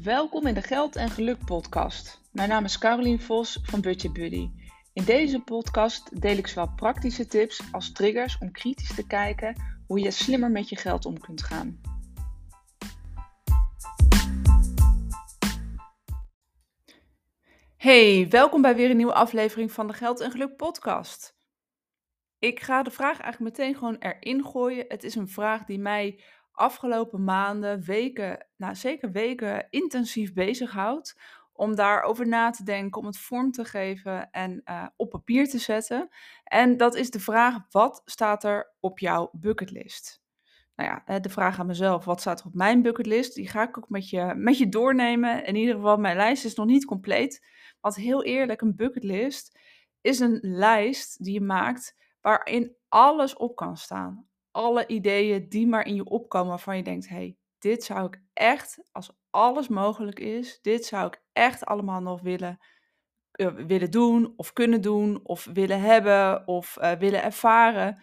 Welkom in de Geld en Geluk podcast. Mijn naam is Carolien Vos van Budget Buddy. In deze podcast deel ik zowel praktische tips als triggers om kritisch te kijken hoe je slimmer met je geld om kunt gaan. Hey, welkom bij weer een nieuwe aflevering van de Geld en Geluk podcast. Ik ga de vraag eigenlijk meteen gewoon erin gooien. Het is een vraag die mij afgelopen maanden, weken, zeker weken intensief bezighoudt. Om daarover na te denken, om het vorm te geven en op papier te zetten. En dat is de vraag, wat staat er op jouw bucketlist? Nou ja, de vraag aan mezelf, wat staat er op mijn bucketlist? Die ga ik ook met je doornemen. In ieder geval, mijn lijst is nog niet compleet. Want heel eerlijk, een bucketlist is een lijst die je maakt waarin alles op kan staan. Alle ideeën die maar in je opkomen waarvan je denkt, hey, dit zou ik echt, als alles mogelijk is, dit zou ik echt allemaal nog willen doen of kunnen doen of willen hebben of willen ervaren.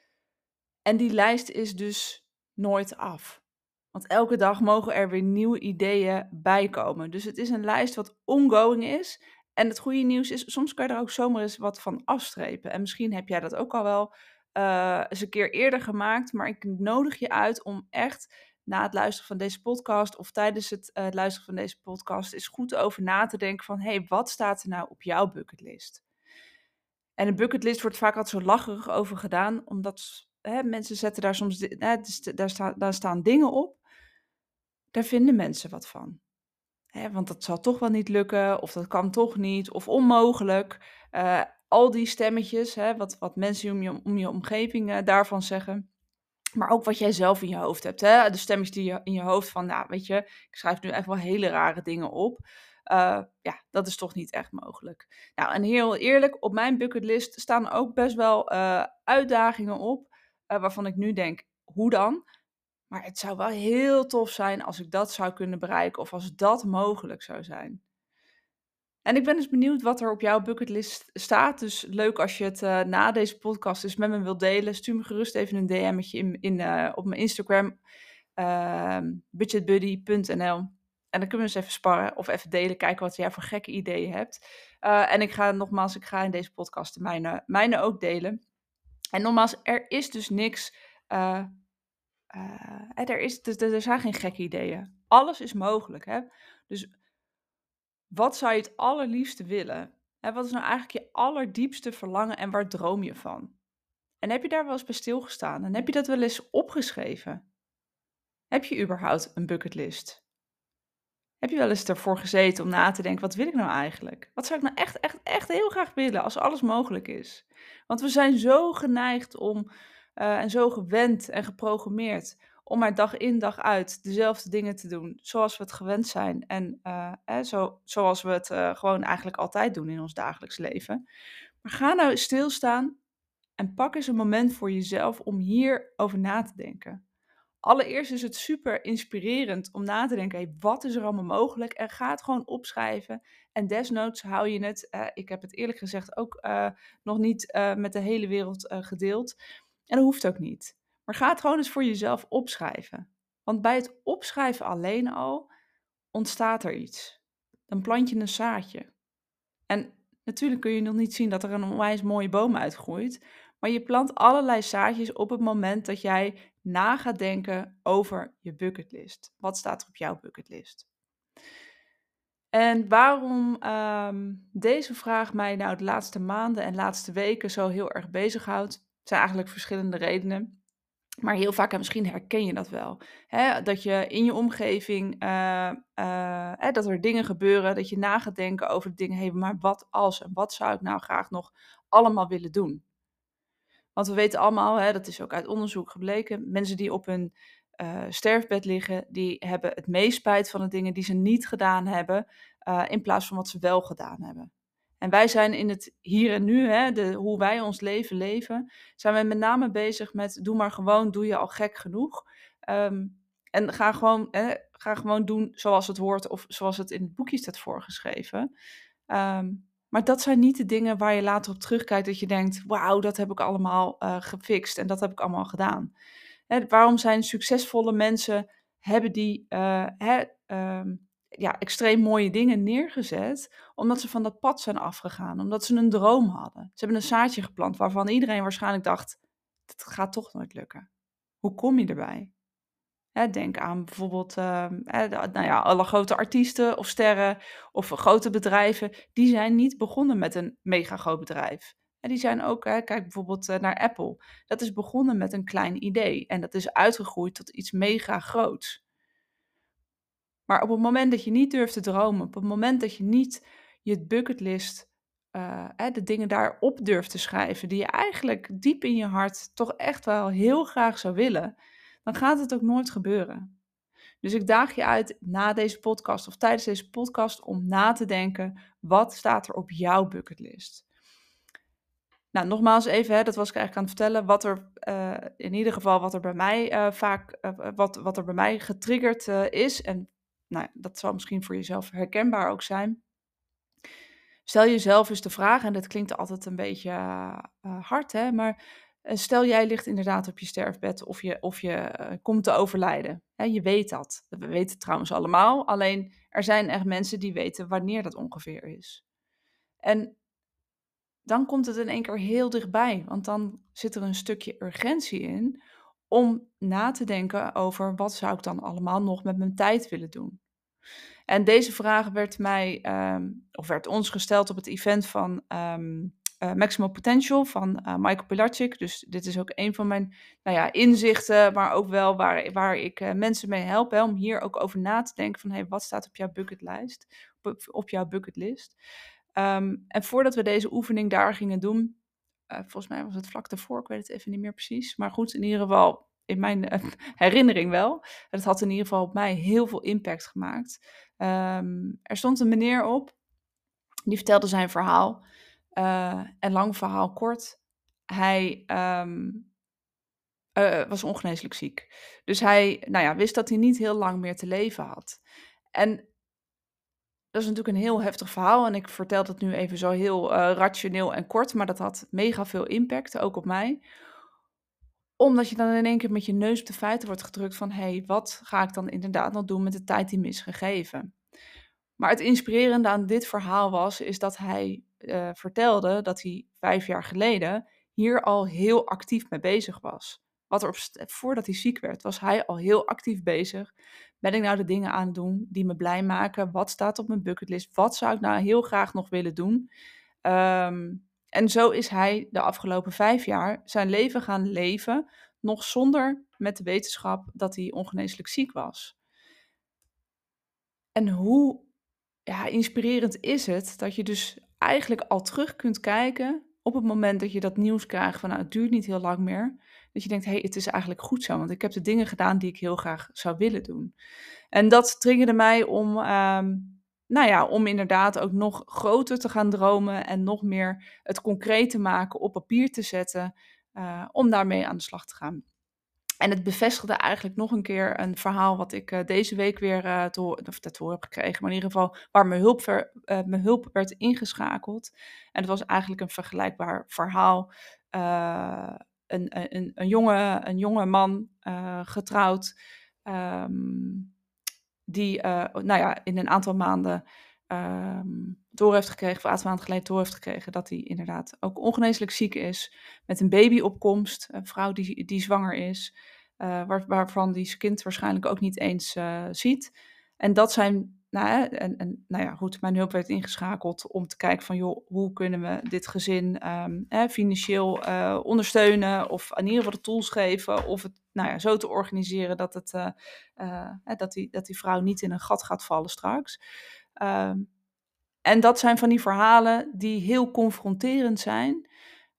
En die lijst is dus nooit af. Want elke dag mogen er weer nieuwe ideeën bij komen. Dus het is een lijst wat ongoing is. En het goede nieuws is, soms kan je er ook zomaar eens wat van afstrepen. En misschien heb jij dat ook al wel eens een keer eerder gemaakt. Maar ik nodig je uit om echt na het luisteren van deze podcast of tijdens het luisteren van deze podcast eens goed over na te denken van, hey, wat staat er nou op jouw bucketlist? En een bucketlist wordt vaak altijd zo lacherig over gedaan, omdat mensen zetten daar soms, daar staan dingen op, daar vinden mensen wat van. Want dat zal toch wel niet lukken, of dat kan toch niet, of onmogelijk. Al die stemmetjes, wat mensen om je omgeving daarvan zeggen. Maar ook wat jij zelf in je hoofd hebt. De stemmetjes die je in je hoofd van, nou weet je, ik schrijf nu echt wel hele rare dingen op. Ja, dat is toch niet echt mogelijk. Nou, en heel eerlijk, op mijn bucketlist staan ook best wel uitdagingen op, waarvan ik nu denk, hoe dan? Maar het zou wel heel tof zijn als ik dat zou kunnen bereiken of als dat mogelijk zou zijn. En ik ben dus benieuwd wat er op jouw bucketlist staat. Dus leuk als je het na deze podcast dus met me wilt delen. Stuur me gerust even een DM'tje op mijn Instagram, budgetbuddy.nl. En dan kunnen we eens even sparren of even delen, kijken wat jij voor gekke ideeën hebt. En ik ga in deze podcast de mijne ook delen. En nogmaals, er is dus niks, er zijn geen gekke ideeën. Alles is mogelijk, hè. Dus wat zou je het allerliefste willen? Wat is nou eigenlijk je allerdiepste verlangen en waar droom je van? En heb je daar wel eens bij stilgestaan? En heb je dat wel eens opgeschreven? Heb je überhaupt een bucketlist? Heb je wel eens ervoor gezeten om na te denken, wat wil ik nou eigenlijk? Wat zou ik nou echt, echt, echt heel graag willen als alles mogelijk is? Want we zijn zo geneigd en zo gewend en geprogrammeerd om maar dag in dag uit dezelfde dingen te doen zoals we het gewend zijn. En zoals we het gewoon eigenlijk altijd doen in ons dagelijks leven. Maar ga nou eens stilstaan en pak eens een moment voor jezelf om hierover na te denken. Allereerst is het super inspirerend om na te denken, hey, wat is er allemaal mogelijk? En ga het gewoon opschrijven. En desnoods hou je het, ik heb het eerlijk gezegd ook nog niet met de hele wereld gedeeld. En dat hoeft ook niet. Maar ga het gewoon eens voor jezelf opschrijven. Want bij het opschrijven alleen al ontstaat er iets. Dan plant je een zaadje. En natuurlijk kun je nog niet zien dat er een onwijs mooie boom uitgroeit. Maar je plant allerlei zaadjes op het moment dat jij na gaat denken over je bucketlist. Wat staat er op jouw bucketlist? En waarom deze vraag mij nou de laatste maanden en laatste weken zo heel erg bezighoudt, zijn eigenlijk verschillende redenen. Maar heel vaak, en misschien herken je dat wel, dat je in je omgeving, dat er dingen gebeuren, dat je na gaat denken over de dingen, hey, maar wat als en wat zou ik nou graag nog allemaal willen doen? Want we weten allemaal, dat is ook uit onderzoek gebleken, mensen die op hun sterfbed liggen, die hebben het meest spijt van de dingen die ze niet gedaan hebben, in plaats van wat ze wel gedaan hebben. En wij zijn in het hier en nu, hoe wij ons leven leven, zijn we met name bezig met doe maar gewoon, doe je al gek genoeg. En ga gewoon doen zoals het hoort of zoals het in het boekje staat voorgeschreven. Maar dat zijn niet de dingen waar je later op terugkijkt dat je denkt, wauw, dat heb ik allemaal gefixt en dat heb ik allemaal gedaan. Waarom zijn succesvolle mensen, hebben die extreem mooie dingen neergezet, omdat ze van dat pad zijn afgegaan, omdat ze een droom hadden. Ze hebben een zaadje geplant waarvan iedereen waarschijnlijk dacht: "Het gaat toch nooit lukken. Hoe kom je erbij?" Denk aan bijvoorbeeld, alle grote artiesten of sterren of grote bedrijven, die zijn niet begonnen met een mega groot bedrijf. Die zijn ook, kijk bijvoorbeeld naar Apple. Dat is begonnen met een klein idee en dat is uitgegroeid tot iets mega groots. Maar op het moment dat je niet durft te dromen, op het moment dat je niet je bucketlist, de dingen daarop durft te schrijven die je eigenlijk diep in je hart toch echt wel heel graag zou willen, dan gaat het ook nooit gebeuren. Dus ik daag je uit na deze podcast of tijdens deze podcast om na te denken: wat staat er op jouw bucketlist? Nou, nogmaals even, dat was ik eigenlijk aan het vertellen, wat er in ieder geval wat er bij mij wat er bij mij getriggerd is. En nou, dat zal misschien voor jezelf herkenbaar ook zijn. Stel jezelf eens de vraag, en dat klinkt altijd een beetje hard, hè, maar stel jij ligt inderdaad op je sterfbed of je komt te overlijden. Hè, je weet dat. We weten het trouwens allemaal, alleen er zijn echt mensen die weten wanneer dat ongeveer is. En dan komt het in één keer heel dichtbij, want dan zit er een stukje urgentie in om na te denken over wat zou ik dan allemaal nog met mijn tijd willen doen. En deze vraag werd mij, of werd ons gesteld op het event van Maximal Potential van Michael Pilarczyk. Dus dit is ook een van mijn inzichten, maar ook wel waar ik mensen mee help, hè, om hier ook over na te denken van hey, wat staat op jouw bucketlijst, op jouw bucketlist. En voordat we deze oefening daar gingen doen, volgens mij was het vlak daarvoor, ik weet het even niet meer precies. Maar goed, in ieder geval in mijn herinnering wel. Het had in ieder geval op mij heel veel impact gemaakt. Er stond een meneer op, die vertelde zijn verhaal. En lang verhaal kort, hij was ongeneeslijk ziek. Dus hij wist dat hij niet heel lang meer te leven had. En dat is natuurlijk een heel heftig verhaal en ik vertel dat nu even zo heel rationeel en kort, maar dat had mega veel impact, ook op mij. Omdat je dan in één keer met je neus op de feiten wordt gedrukt van hé, wat ga ik dan inderdaad nog doen met de tijd die me is gegeven? Maar het inspirerende aan dit verhaal is dat hij vertelde dat hij 5 jaar geleden hier al heel actief mee bezig was. Voordat hij ziek werd, was hij al heel actief bezig. Ben ik nou de dingen aan het doen die me blij maken? Wat staat op mijn bucketlist? Wat zou ik nou heel graag nog willen doen? En zo is hij de afgelopen 5 jaar zijn leven gaan leven, nog zonder met de wetenschap dat hij ongeneeslijk ziek was. En hoe inspirerend is het dat je dus eigenlijk al terug kunt kijken op het moment dat je dat nieuws krijgt van nou, het duurt niet heel lang meer. Dat je denkt, hé, het is eigenlijk goed zo, want ik heb de dingen gedaan die ik heel graag zou willen doen. En dat triggerde mij om inderdaad ook nog groter te gaan dromen en nog meer het concreet te maken, op papier te zetten, om daarmee aan de slag te gaan. En het bevestigde eigenlijk nog een keer een verhaal wat ik deze week weer te horen heb gekregen. Maar in ieder geval waar mijn hulp werd ingeschakeld. En het was eigenlijk een vergelijkbaar verhaal. Een jonge man, getrouwd, die in een aantal maanden door heeft gekregen, of een aantal maanden geleden door heeft gekregen, dat hij inderdaad ook ongeneeslijk ziek is. Met een babyopkomst, een vrouw die zwanger is. Waarvan die zijn kind waarschijnlijk ook niet eens ziet. En dat zijn, goed, mijn hulp werd ingeschakeld om te kijken van, joh, hoe kunnen we dit gezin financieel ondersteunen, of in ieder geval de tools geven, of het zo te organiseren dat die vrouw niet in een gat gaat vallen straks. En dat zijn van die verhalen die heel confronterend zijn.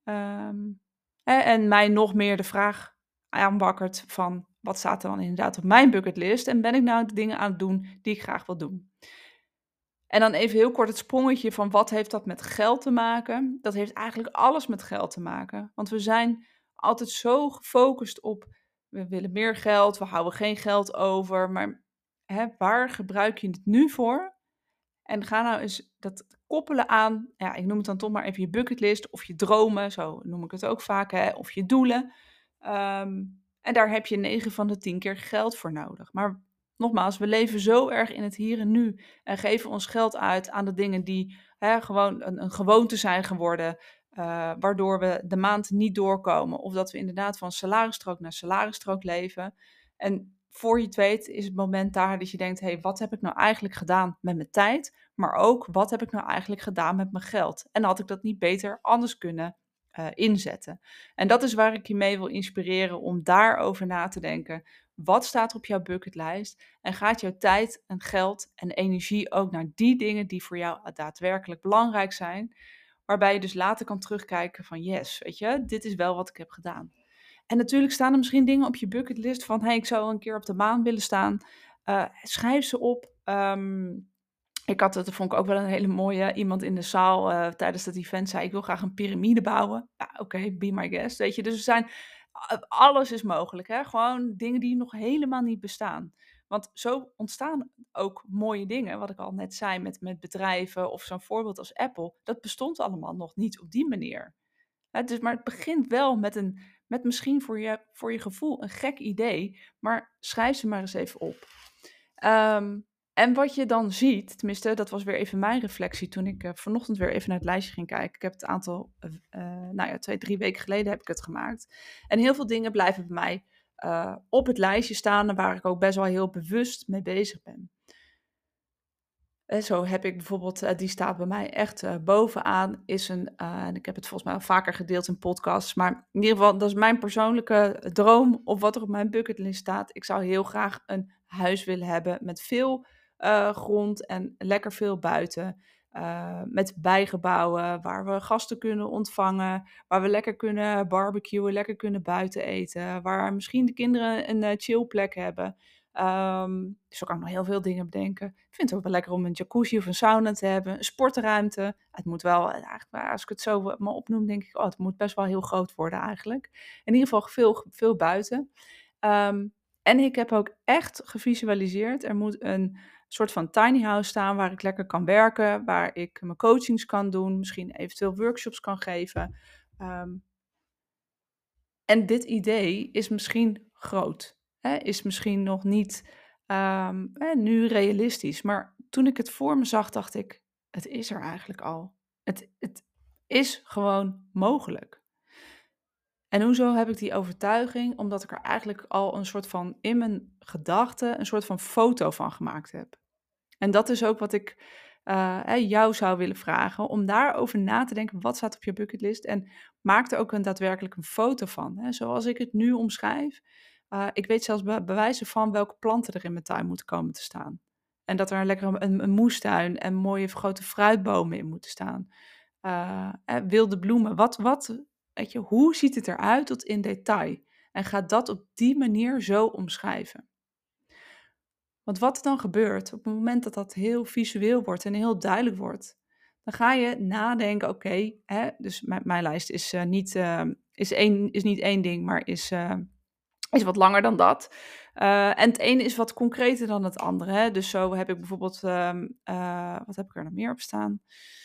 En mij nog meer de vraag aanwakkert van wat staat er dan inderdaad op mijn bucketlist en ben ik nou de dingen aan het doen die ik graag wil doen. En dan even heel kort het sprongetje van wat heeft dat met geld te maken? Dat heeft eigenlijk alles met geld te maken. Want we zijn altijd zo gefocust op we willen meer geld, we houden geen geld over. Maar waar gebruik je het nu voor? En ga nou eens dat koppelen aan, ik noem het dan toch maar even je bucketlist of je dromen, zo noem ik het ook vaak, of je doelen. En daar heb je 9 van de 10 keer geld voor nodig. Maar Nogmaals, we leven zo erg in het hier en nu en geven ons geld uit aan de dingen die gewoon een gewoonte zijn geworden, waardoor we de maand niet doorkomen. Of dat we inderdaad van salarisstrook naar salarisstrook leven. En voor je het weet is het moment daar dat je denkt, hey, wat heb ik nou eigenlijk gedaan met mijn tijd? Maar ook, wat heb ik nou eigenlijk gedaan met mijn geld? En had ik dat niet beter anders kunnen inzetten? En dat is waar ik je mee wil inspireren om daarover na te denken. Wat staat er op jouw bucketlijst? En gaat jouw tijd en geld en energie ook naar die dingen die voor jou daadwerkelijk belangrijk zijn? Waarbij je dus later kan terugkijken van yes, weet je, dit is wel wat ik heb gedaan. En natuurlijk staan er misschien dingen op je bucketlist van hey, ik zou een keer op de maan willen staan. Schrijf ze op. Dat vond ik ook wel een hele mooie. Iemand in de zaal tijdens dat event zei: ik wil graag een piramide bouwen. Ja, oké, be my guest. Weet je, dus alles is mogelijk. Hè? Gewoon dingen die nog helemaal niet bestaan. Want zo ontstaan ook mooie dingen. Wat ik al net zei met bedrijven of zo'n voorbeeld als Apple. Dat bestond allemaal nog niet op die manier. Maar het begint wel met misschien voor je gevoel een gek idee. Maar schrijf ze maar eens even op. En wat je dan ziet, tenminste, dat was weer even mijn reflectie toen ik vanochtend weer even naar het lijstje ging kijken. Ik heb het aantal, 2, 3 weken geleden heb ik het gemaakt. En heel veel dingen blijven bij mij op het lijstje staan, waar ik ook best wel heel bewust mee bezig ben. Zo heb ik bijvoorbeeld, die staat bij mij echt bovenaan, en ik heb het volgens mij al vaker gedeeld in podcasts, maar in ieder geval, dat is mijn persoonlijke droom of wat er op mijn bucketlist staat. Ik zou heel graag een huis willen hebben met veel grond en lekker veel buiten. Met bijgebouwen waar we gasten kunnen ontvangen, waar we lekker kunnen barbecuen, lekker kunnen buiten eten, waar misschien de kinderen een chillplek hebben. Zo kan ik nog heel veel dingen bedenken. Ik vind het ook wel lekker om een jacuzzi of een sauna te hebben. Een sportruimte. Het moet wel, eigenlijk, als ik het zo maar opnoem, denk ik, het moet best wel heel groot worden eigenlijk. In ieder geval veel buiten. En ik heb ook echt gevisualiseerd. Er moet een soort van tiny house staan waar ik lekker kan werken. Waar ik mijn coachings kan doen. Misschien eventueel workshops kan geven. En dit idee is misschien groot. Is misschien nog niet nu realistisch. Maar toen ik het voor me zag, dacht ik, het is er eigenlijk al. Het is gewoon mogelijk. En hoezo heb ik die overtuiging? Omdat ik er eigenlijk al een soort van in mijn gedachten een soort van foto van gemaakt heb. En dat is ook wat ik jou zou willen vragen, om daarover na te denken, wat staat op je bucketlist? En maak er ook daadwerkelijk een foto van. Hè? Zoals ik het nu omschrijf. Ik weet zelfs bewijzen van welke planten er in mijn tuin moeten komen te staan. En dat er lekker een moestuin en mooie grote fruitbomen in moeten staan. Wilde bloemen. Weet je, hoe ziet het eruit tot in detail? En ga dat op die manier zo omschrijven. Want wat er dan gebeurt op het moment dat dat heel visueel wordt en heel duidelijk wordt, dan ga je nadenken, oké, dus mijn lijst is niet één ding, maar is wat langer dan dat. En het ene is wat concreter dan het andere. Hè? Dus zo heb ik bijvoorbeeld, wat heb ik er nog meer op staan?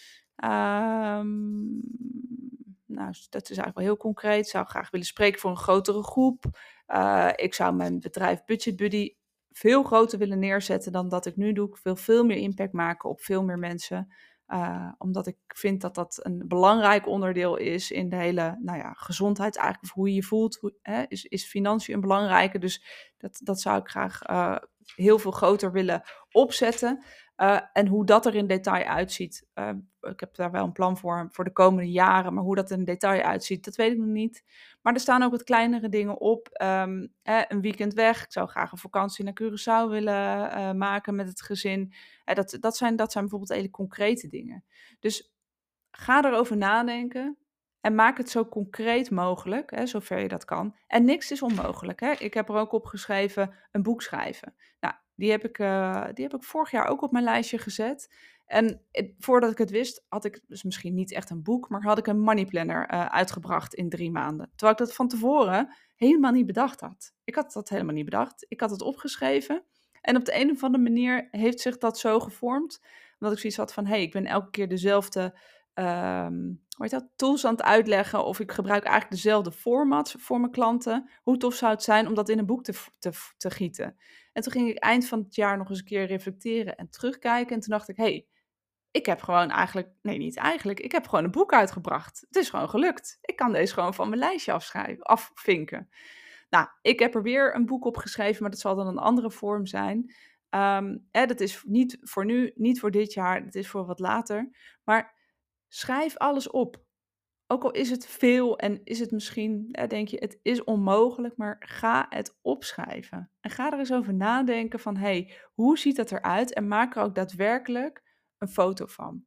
Nou, dat is eigenlijk wel heel concreet. Ik zou graag willen spreken voor een grotere groep. Ik zou mijn bedrijf Budget Buddy veel groter willen neerzetten dan dat ik nu doe. Ik wil veel meer impact maken op veel meer mensen. Omdat ik vind dat dat een belangrijk onderdeel is in de hele gezondheid. Eigenlijk hoe je je voelt, is financiën een belangrijke. Dus dat zou ik graag heel veel groter willen opzetten. En hoe dat er in detail uitziet. Ik heb daar wel een plan voor de komende jaren. Maar hoe dat er in detail uitziet, dat weet ik nog niet. Maar er staan ook wat kleinere dingen op. Een weekend weg. Ik zou graag een vakantie naar Curaçao willen maken met het gezin. Dat zijn bijvoorbeeld hele concrete dingen. Dus ga erover nadenken. En maak het zo concreet mogelijk, zover je dat kan. En niks is onmogelijk. Ik heb er ook op geschreven, een boek schrijven. Nou, die heb ik vorig jaar ook op mijn lijstje gezet. En voordat ik het wist, had ik dus misschien niet echt een boek, maar had ik een money planner uitgebracht in 3 maanden. Terwijl ik dat van tevoren helemaal niet bedacht had. Ik had dat helemaal niet bedacht. Ik had het opgeschreven. En op de een of andere manier heeft zich dat zo gevormd. Omdat ik zoiets had van, ik ben elke keer dezelfde hoe heet dat, tools aan het uitleggen of ik gebruik eigenlijk dezelfde formats voor mijn klanten. Hoe tof zou het zijn om dat in een boek te gieten? En toen ging ik eind van het jaar nog eens een keer reflecteren en terugkijken. En toen dacht ik, hey, ik heb gewoon eigenlijk, nee, niet eigenlijk, ik heb gewoon een boek uitgebracht. Het is gewoon gelukt. Ik kan deze gewoon van mijn lijstje afvinken. Nou, ik heb er weer een boek op geschreven, maar dat zal dan een andere vorm zijn. Dat is niet voor nu, niet voor dit jaar, dat is voor wat later. Maar schrijf alles op. Ook al is het veel en is het misschien, denk je, het is onmogelijk, maar ga het opschrijven. En ga er eens over nadenken van, hey, hoe ziet dat eruit? En maak er ook daadwerkelijk een foto van.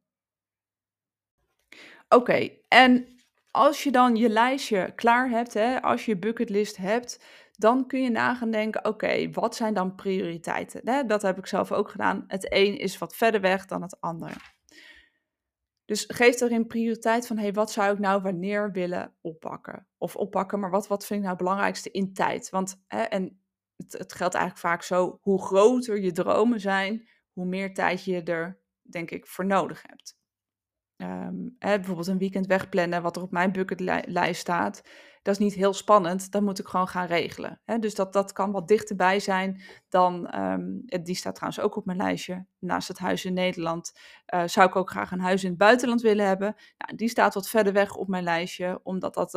Oké, en als je dan je lijstje klaar hebt, hè, als je je bucketlist hebt, dan kun je na gaan denken, oké, wat zijn dan prioriteiten? Hè, dat heb ik zelf ook gedaan. Het een is wat verder weg dan het andere. Dus geef erin prioriteit van, hey, wat zou ik nou wanneer willen oppakken? Of oppakken, maar wat vind ik nou het belangrijkste in tijd? Want, en het geldt eigenlijk vaak zo, hoe groter je dromen zijn, hoe meer tijd je er, denk ik, voor nodig hebt. Bijvoorbeeld een weekend wegplannen, wat er op mijn bucketlijst staat. Dat is niet heel spannend, dat moet ik gewoon gaan regelen. Dus dat kan wat dichterbij zijn dan, die staat trouwens ook op mijn lijstje. Naast het huis in Nederland zou ik ook graag een huis in het buitenland willen hebben. Nou, die staat wat verder weg op mijn lijstje, omdat dat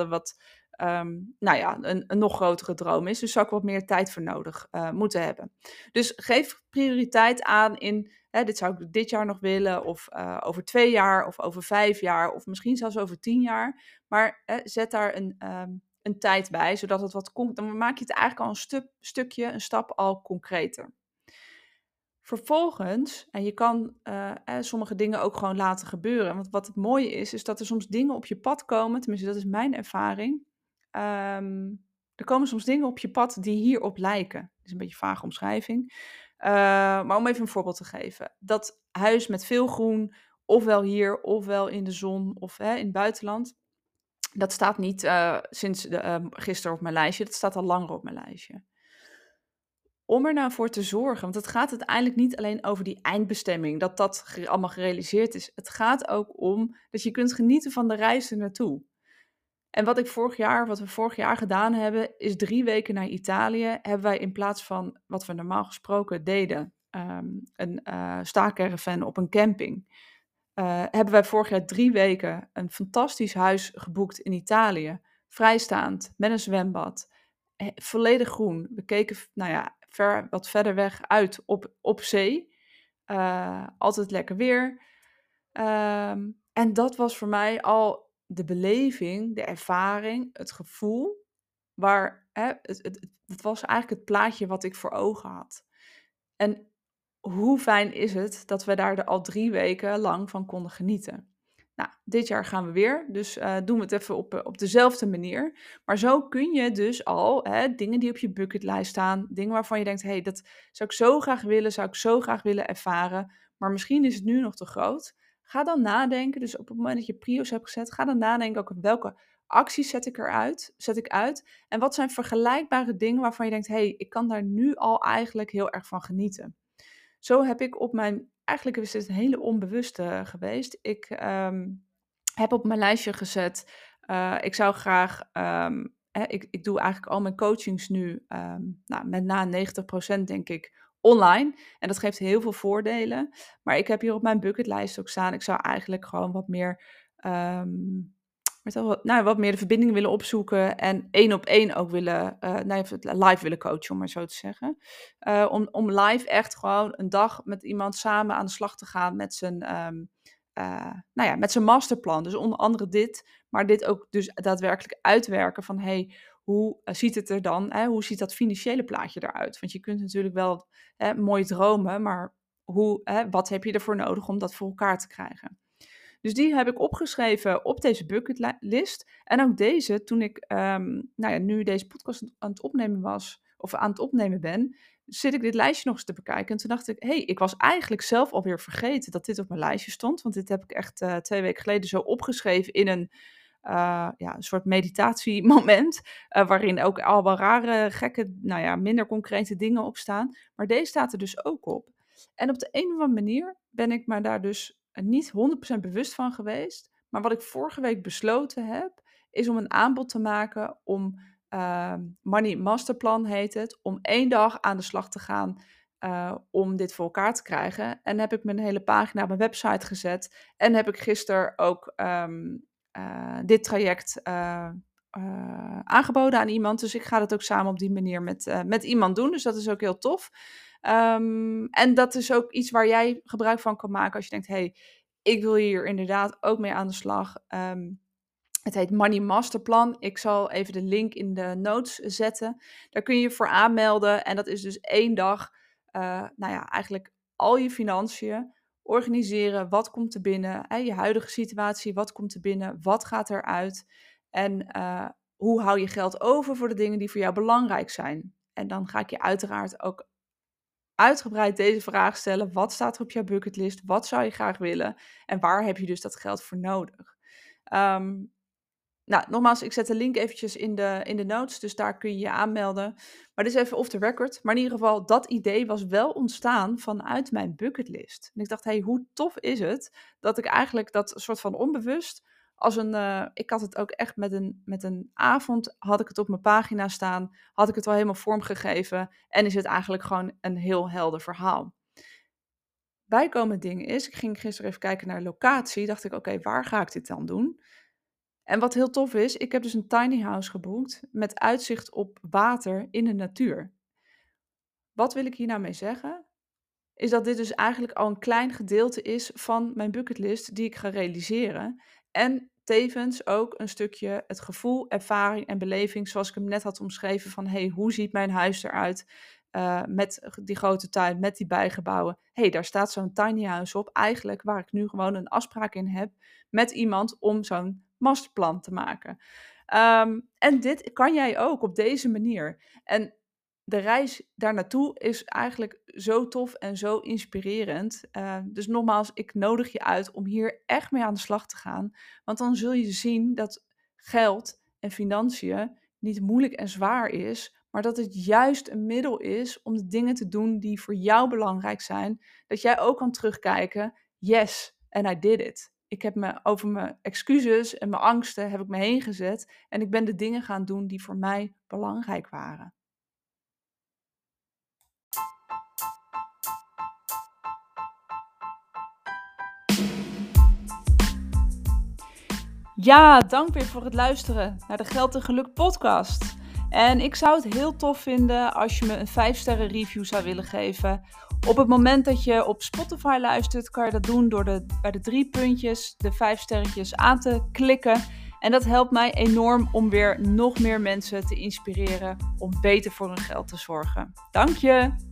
een nog grotere droom is. Dus zou ik wat meer tijd voor nodig moeten hebben. Dus geef prioriteit aan in, dit zou ik dit jaar nog willen, of over 2 jaar, of over 5 jaar, of misschien zelfs over 10 jaar. Maar zet daar een tijd bij, zodat het dan maak je het eigenlijk al een stap al concreter. Vervolgens, en je kan sommige dingen ook gewoon laten gebeuren. Want wat het mooie is dat er soms dingen op je pad komen, tenminste dat is mijn ervaring. Er komen soms dingen op je pad die hierop lijken. Dat is een beetje een vage omschrijving. Maar om even een voorbeeld te geven. Dat huis met veel groen, ofwel hier, ofwel in de zon, of in het buitenland. Dat staat niet sinds gisteren op mijn lijstje. Dat staat al langer op mijn lijstje. Om er nou voor te zorgen, want het gaat uiteindelijk niet alleen over die eindbestemming, dat allemaal gerealiseerd is. Het gaat ook om dat je kunt genieten van de reis er naartoe. En wat we vorig jaar gedaan hebben, is 3 weken naar Italië. Hebben wij in plaats van wat we normaal gesproken deden, een staakerven op een camping. Hebben wij vorig jaar 3 weken een fantastisch huis geboekt in Italië. Vrijstaand, met een zwembad. Volledig groen. We keken, wat verder weg uit op zee. Altijd lekker weer. En dat was voor mij al de beleving, de ervaring, het gevoel, het was eigenlijk het plaatje wat ik voor ogen had. En hoe fijn is het dat we daar al 3 weken lang van konden genieten. Nou, dit jaar gaan we weer, dus doen we het even op dezelfde manier. Maar zo kun je dus al dingen die op je bucketlijst staan, dingen waarvan je denkt, hey, dat zou ik zo graag willen, zou ik zo graag willen ervaren, maar misschien is het nu nog te groot. Ga dan nadenken, dus op het moment dat je prio's hebt gezet, ga dan nadenken ook welke acties zet ik uit en wat zijn vergelijkbare dingen waarvan je denkt, hey, ik kan daar nu al eigenlijk heel erg van genieten. Zo heb ik eigenlijk is het een hele onbewuste geweest. Ik heb op mijn lijstje gezet, ik zou graag, ik doe eigenlijk al mijn coachings nu, met na 90% denk ik online. En dat geeft heel veel voordelen. Maar ik heb hier op mijn bucketlijst ook staan, ik zou eigenlijk gewoon wat meer, wat meer de verbinding willen opzoeken en 1 op 1 ook willen, live willen coachen, om maar zo te zeggen. Om live echt gewoon een dag met iemand samen aan de slag te gaan met met zijn masterplan. Dus onder andere dit, maar dit ook dus daadwerkelijk uitwerken van, hey, hoe ziet het er dan, hoe ziet dat financiële plaatje eruit? Want je kunt natuurlijk wel mooi dromen, maar wat heb je ervoor nodig om dat voor elkaar te krijgen? Dus die heb ik opgeschreven op deze bucketlist. En ook deze, toen ik nu deze podcast aan het opnemen was, of aan het opnemen ben, zit ik dit lijstje nog eens te bekijken. En toen dacht ik, ik was eigenlijk zelf alweer vergeten dat dit op mijn lijstje stond. Want dit heb ik echt 2 weken geleden zo opgeschreven in een soort meditatiemoment. Waarin ook al wel rare, gekke, minder concrete dingen op staan. Maar deze staat er dus ook op. En op de een of andere manier ben ik maar daar dus niet 100% bewust van geweest. Maar wat ik vorige week besloten heb, is om een aanbod te maken om Money Masterplan heet het, om 1 dag aan de slag te gaan om dit voor elkaar te krijgen. En heb ik mijn hele pagina op mijn website gezet en heb ik gisteren ook dit traject aangeboden aan iemand. Dus ik ga dat ook samen op die manier met iemand doen. Dus dat is ook heel tof. En dat is ook iets waar jij gebruik van kan maken als je denkt, hey, ik wil hier inderdaad ook mee aan de slag. Het heet Money Masterplan. Ik zal even de link in de notes zetten. Daar kun je je voor aanmelden. En dat is dus 1 dag, eigenlijk al je financiën organiseren. Wat komt er binnen? Je huidige situatie, wat komt er binnen? Wat gaat eruit? En hoe hou je geld over voor de dingen die voor jou belangrijk zijn? En dan ga ik je uiteraard ook uitgebreid deze vraag stellen. Wat staat er op jouw bucketlist? Wat zou je graag willen? En waar heb je dus dat geld voor nodig? Nogmaals, ik zet de link eventjes in de notes, dus daar kun je je aanmelden. Maar dit is even off the record. Maar in ieder geval, dat idee was wel ontstaan vanuit mijn bucketlist. En ik dacht, hey, hoe tof is het dat ik eigenlijk dat soort van onbewust als ik had het ook echt met een avond, had ik het op mijn pagina staan, had ik het al helemaal vormgegeven en is het eigenlijk gewoon een heel helder verhaal. Bijkomend ding is, ik ging gisteren even kijken naar locatie, dacht ik, oké, waar ga ik dit dan doen? En wat heel tof is, ik heb dus een tiny house geboekt met uitzicht op water in de natuur. Wat wil ik hier nou mee zeggen? Is dat dit dus eigenlijk al een klein gedeelte is van mijn bucketlist die ik ga realiseren. En tevens ook een stukje het gevoel, ervaring en beleving, zoals ik hem net had omschreven van hey, hoe ziet mijn huis eruit met die grote tuin, met die bijgebouwen. Hey, daar staat zo'n tiny house op, eigenlijk waar ik nu gewoon een afspraak in heb met iemand om zo'n masterplan te maken. En dit kan jij ook op deze manier. En de reis daar naartoe is eigenlijk zo tof en zo inspirerend. Dus nogmaals, ik nodig je uit om hier echt mee aan de slag te gaan. Want dan zul je zien dat geld en financiën niet moeilijk en zwaar is, maar dat het juist een middel is om de dingen te doen die voor jou belangrijk zijn. Dat jij ook kan terugkijken, yes, and I did it. Ik heb me over mijn excuses en mijn angsten heb ik me heen gezet en ik ben de dingen gaan doen die voor mij belangrijk waren. Ja, dank weer voor het luisteren naar de Geld en Geluk podcast. En ik zou het heel tof vinden als je me een 5-sterren review zou willen geven. Op het moment dat je op Spotify luistert, kan je dat doen door bij de 3 puntjes de 5 sterretjes aan te klikken. En dat helpt mij enorm om weer nog meer mensen te inspireren om beter voor hun geld te zorgen. Dank je!